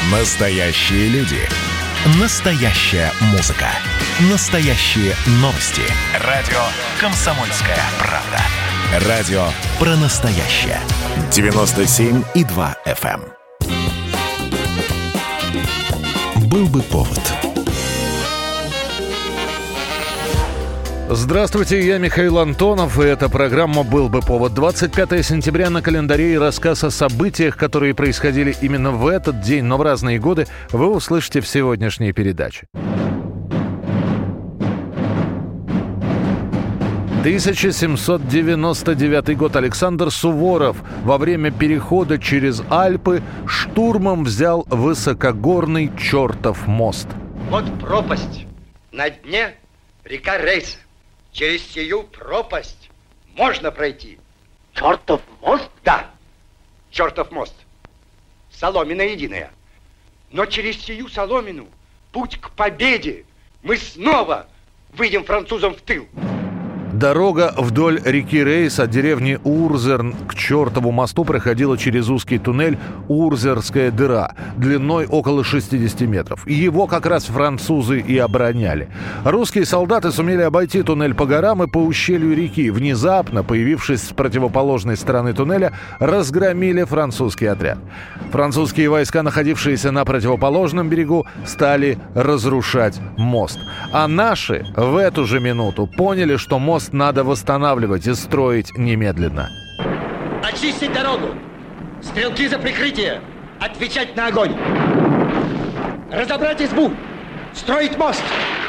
Настоящие люди. Настоящая музыка. Настоящие новости. Радио «Комсомольская правда». Радио про настоящее. 97,2 FM. Был бы повод. Здравствуйте, я Михаил Антонов, и эта программа «Был бы повод». 25 сентября на календаре, и рассказ о событиях, которые происходили именно в этот день, но в разные годы, вы услышите в сегодняшней передаче. 1799 год. Александр Суворов во время перехода через Альпы штурмом взял высокогорный Чертов мост. Вот пропасть. На дне река Рейса. Через сию пропасть можно пройти. Чертов мост? Да, Чертов мост. Соломина единая. Но через сию соломину путь к победе. Мы снова выйдем французам в тыл. Дорога вдоль реки Рейс от деревни Урзерн к Чертову мосту проходила через узкий туннель Урзерская дыра, длиной около 60 метров. Его как раз французы и обороняли. Русские солдаты сумели обойти туннель по горам и по ущелью реки. Внезапно, появившись с противоположной стороны туннеля, разгромили французский отряд. Французские войска, находившиеся на противоположном берегу, стали разрушать мост. А наши в эту же минуту поняли, что мост надо восстанавливать и строить немедленно. Очистить дорогу! Стрелки за прикрытие! Отвечать на огонь! Разобрать избу! Строить мост!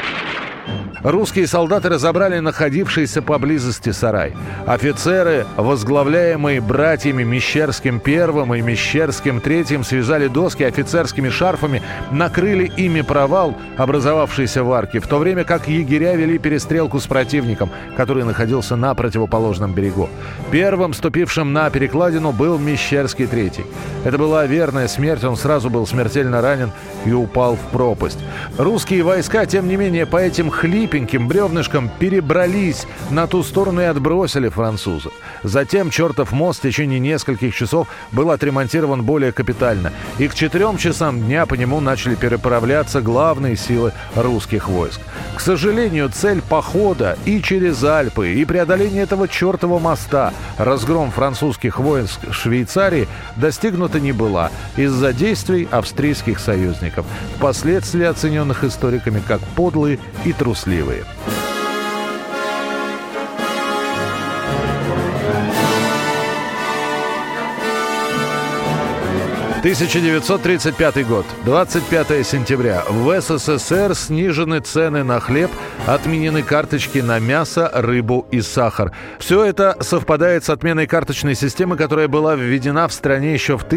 Русские солдаты разобрали находившийся поблизости сарай. Офицеры, возглавляемые братьями Мещерским I и Мещерским III, связали доски офицерскими шарфами, накрыли ими провал, образовавшийся в арке, в то время как егеря вели перестрелку с противником, который находился на противоположном берегу. Первым ступившим на перекладину был Мещерский III. Это была верная смерть, он сразу был смертельно ранен и упал в пропасть. Русские войска, тем не менее, по этим хлипеньким бревнышкам перебрались на ту сторону и отбросили французов. Затем Чертов мост в течение нескольких часов был отремонтирован более капитально, и к 4 часам дня по нему начали переправляться главные силы русских войск. К сожалению, цель похода и через Альпы, и преодоление этого чертова моста, разгром французских войск в Швейцарии, достигнута не была из-за действий австрийских союзников, впоследствии оцененных историками как подлые и трусливые. 1935 год. 25 сентября. В СССР снижены цены на хлеб, отменены карточки на мясо, рыбу и сахар. Все это совпадает с отменой карточной системы, которая была введена в стране еще в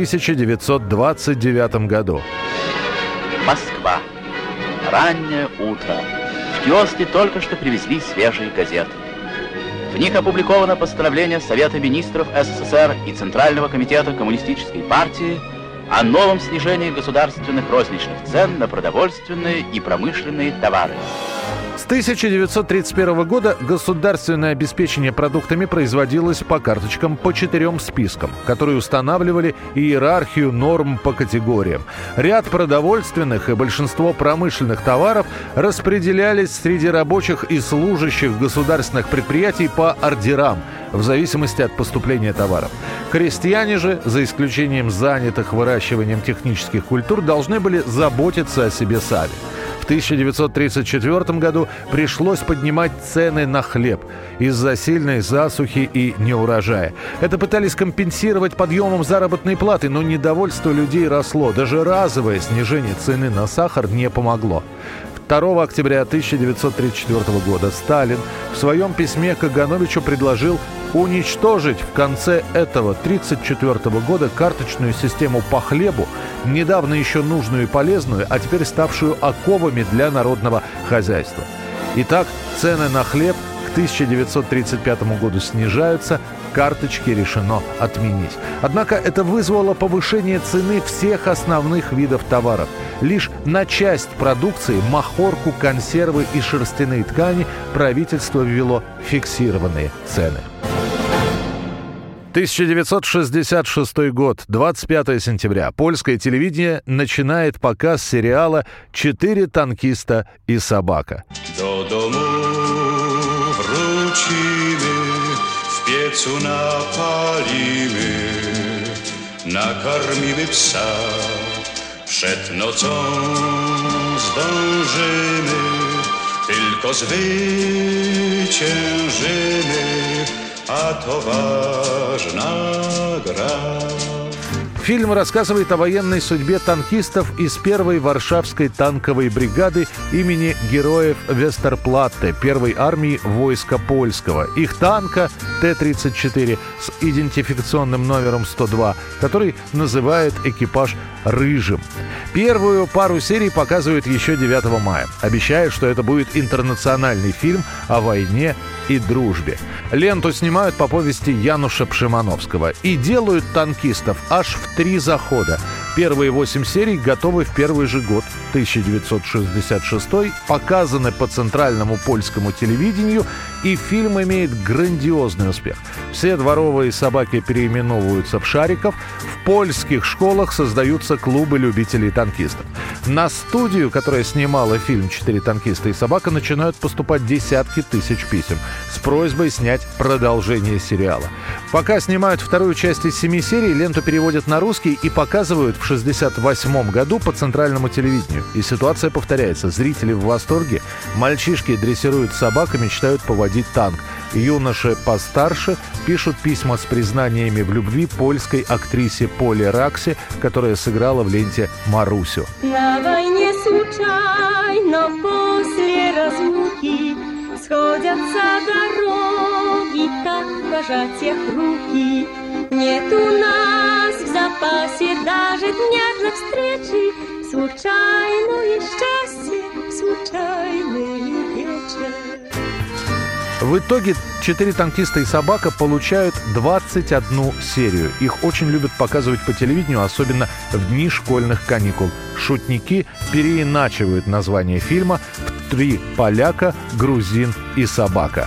1929 году. Москва. Раннее утро. В киоске только что привезли свежие газеты. В них опубликовано постановление Совета министров СССР и Центрального комитета Коммунистической партии о новом снижении государственных розничных цен на продовольственные и промышленные товары. С 1931 года государственное обеспечение продуктами производилось по карточкам по 4 спискам, которые устанавливали иерархию норм по категориям. Ряд продовольственных и большинство промышленных товаров распределялись среди рабочих и служащих государственных предприятий по ордерам, в зависимости от поступления товаров. Крестьяне же, за исключением занятых выращиванием технических культур, должны были заботиться о себе сами. В 1934 году пришлось поднимать цены на хлеб из-за сильной засухи и неурожая. Это пытались компенсировать подъемом заработной платы, но недовольство людей росло. Даже разовое снижение цены на сахар не помогло. 2 октября 1934 года Сталин в своем письме Кагановичу предложил уничтожить в конце этого 1934 года карточную систему по хлебу, недавно еще нужную и полезную, а теперь ставшую оковами для народного хозяйства. Итак, цены на хлеб к 1935 году снижаются, карточки решено отменить. Однако это вызвало повышение цены всех основных видов товаров. Лишь на часть продукции, махорку, консервы и шерстяные ткани, правительство ввело фиксированные цены. 1966 год, 25 сентября. Польское телевидение начинает показ сериала «4 танкиста и собака». Do domu wrócimy, w piecu napalimy, nakarmimy psa, przed nocą zdążymy, tylko zwyciężymy, a to ważna gra. Фильм рассказывает о военной судьбе танкистов из первой Варшавской танковой бригады имени героев Вестерплатте первой армии войска польского. Их танка Т-34 с идентификационным номером 102, который называет экипаж «Рыжим». Первую пару серий показывают еще 9 мая, обещая, что это будет интернациональный фильм о войне и дружбе. Ленту снимают по повести Януша Пшимановского и делают танкистов аж в 3 захода. Первые 8 серий готовы в первый же год, 1966, показаны по центральному польскому телевидению, и фильм имеет грандиозный успех. Все дворовые собаки переименовываются в шариков, в польских школах создаются клубы любителей танкистов. На студию, которая снимала фильм «4 танкиста и собака», начинают поступать десятки тысяч писем с просьбой снять продолжение сериала. Пока снимают вторую часть из 7 серий, ленту переводят на русский и показывают в 1968 году по центральному телевидению. И ситуация повторяется. Зрители в восторге. Мальчишки дрессируют собак и мечтают поводить танк. Юноши постарше пишут письма с признаниями в любви польской актрисе Поле Раксе, которая сыграла в ленте Марусю. На войне случайно после разлуки сходятся дороги, так пожатиях руки. Нет у нас в запасе даже дня для встречи. Случайное счастье, случайный вечер. В итоге «4 танкиста и собака» получают 21 серию. Их очень любят показывать по телевидению, особенно в дни школьных каникул. Шутники переиначивают название фильма в 3 поляка, грузин и собака.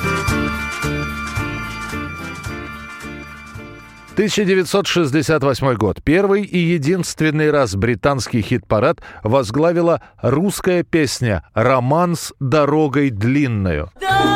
1968 год. Первый и единственный раз британский хит-парад возглавила русская песня «Романс дорогой длинною».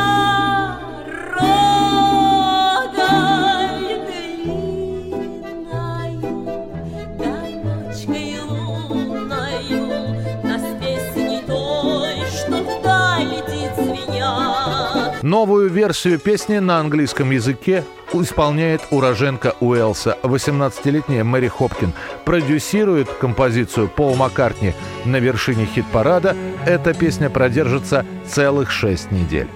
Новую версию песни на английском языке исполняет уроженка Уэльса, 18-летняя Мэри Хопкин. Продюсирует композицию Пол Маккартни. На вершине хит-парада эта песня продержится целых 6 недель.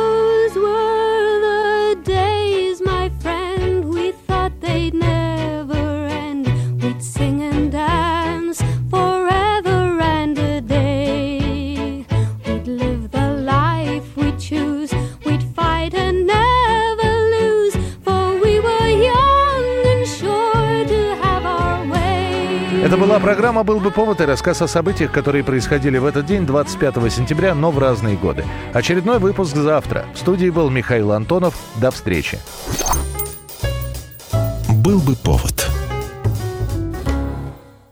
Это была программа «Был бы повод» и рассказ о событиях, которые происходили в этот день, 25 сентября, но в разные годы. Очередной выпуск завтра. В студии был Михаил Антонов. До встречи. «Был бы повод».